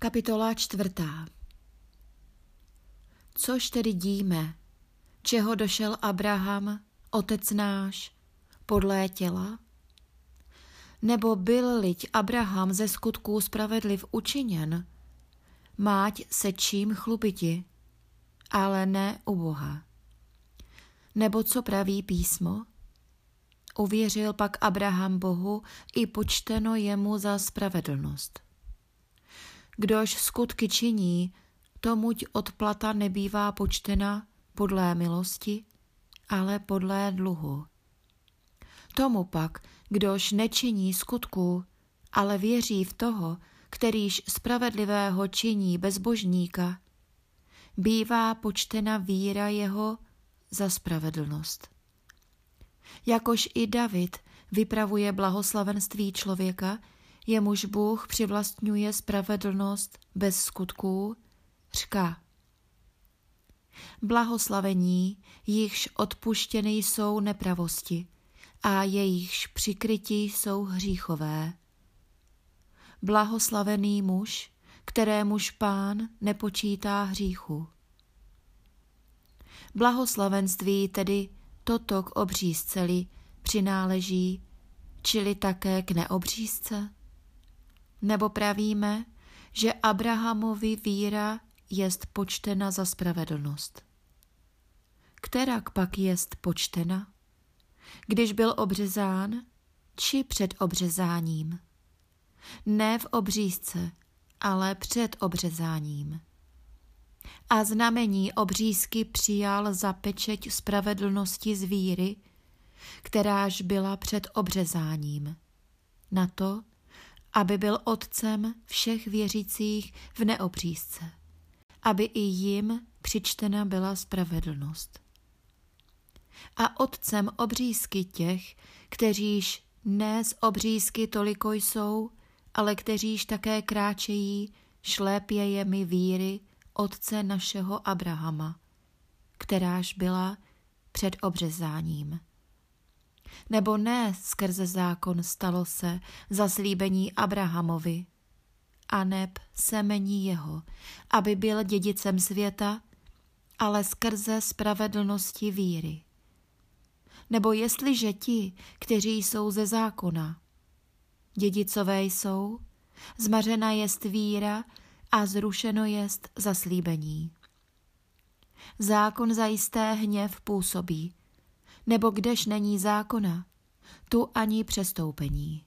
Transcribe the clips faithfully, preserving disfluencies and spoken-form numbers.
Kapitola čtvrtá. Což tedy díme, čeho došel Abraham, otec náš, podle těla? Nebo byl-liť Abraham ze skutků spravedliv učiněn, máť se čím chlubiti, ale ne u Boha. Nebo co praví písmo? Uvěřil pak Abraham Bohu i počteno jemu za spravedlnost. Kdož skutky činí, tomuť odplata nebývá počtena podlé milosti, ale podlé dluhu. Tomu pak, kdož nečiní skutků, ale věří v toho, kterýž spravedlivého činí bezbožníka, bývá počtena víra jeho za spravedlnost. Jakož i David vypravuje blahoslavenství člověka, jemuž Bůh přivlastňuje spravedlnost bez skutků, říká: blahoslavení, jichž odpuštěny jsou nepravosti a jejichž přikrytí jsou hříchové. Blahoslavený muž, kterémuž Pán nepočítá hříchu. Blahoslavenství tedy toto k obřízceli přináleží, čili také k neobřízce? Nebo pravíme, že Abrahamovi víra jest počtena za spravedlnost. Kterak pak jest počtena? Když byl obřezán, či před obřezáním? Ne v obřízce, ale před obřezáním. A znamení obřízky přijal za pečeť spravedlnosti z víry, kteráž byla před obřezáním. Na to, aby byl otcem všech věřících v neobřízce, aby i jim přičtena byla spravedlnost. A otcem obřízky těch, kteříž ne z obřízky toliko jsou, ale kteříž také kráčejí šlépějemi víry otce našeho Abrahama, kteráž byla před obřezáním. Nebo ne skrze zákon stalo se zaslíbení Abrahamovi, aneb semení jeho, aby byl dědicem světa, ale skrze spravedlnosti víry. Nebo jestliže ti, kteří jsou ze zákona, dědicové jsou, zmařena jest víra a zrušeno jest zaslíbení. Zákon zajisté hněv působí, nebo kdež není zákona, tu ani přestoupení.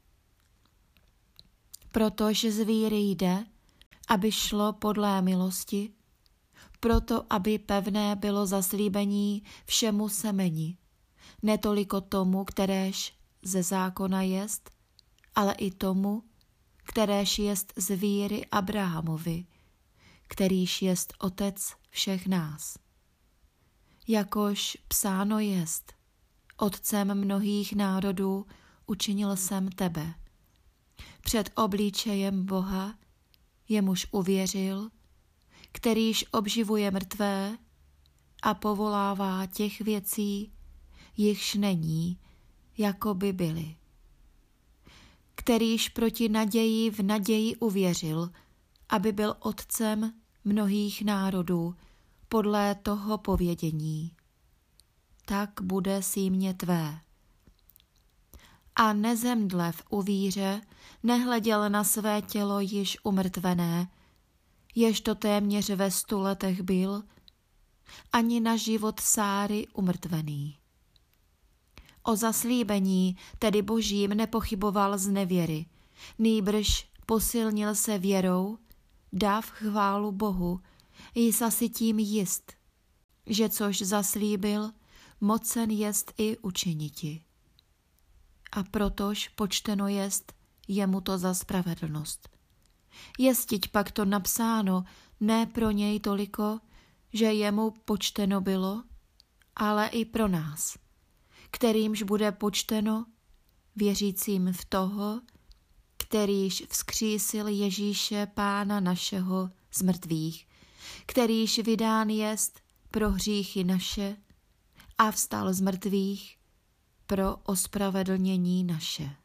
Protož z víry jde, aby šlo podlé milosti, proto aby pevné bylo zaslíbení všemu semeni, netoliko tomu, kteréž ze zákona jest, ale i tomu, kteréž jest z víry Abrahamovi, kterýž jest otec všech nás. Jakož psáno jest: otcem mnohých národů učinil jsem tebe. Před obličejem Boha, jemuž uvěřil, kterýž obživuje mrtvé a povolává těch věcí, jichž není, jako by byly. Kterýž proti naději v naději uvěřil, aby byl otcem mnohých národů podle toho povědění. Tak bude símě tvé. A nezemdlev u víře, nehleděl na své tělo již umrtvené, jež to téměř ve stu letech byl, ani na život Sáry umrtvený. O zaslíbení, tedy božím, nepochyboval z nevěry, nýbrž posilnil se věrou, dáv chválu Bohu, jsa si tím jist, že což zaslíbil, mocen jest i učiniti. A protož počteno jest jemu to za spravedlnost. Jestiť pak to napsáno ne pro něj toliko, že jemu počteno bylo, ale i pro nás, kterýmž bude počteno, věřícím v toho, kterýž vzkřísil Ježíše Pána našeho z mrtvých, kterýž vydán jest pro hříchy naše a vstal z mrtvých pro ospravedlnění naše.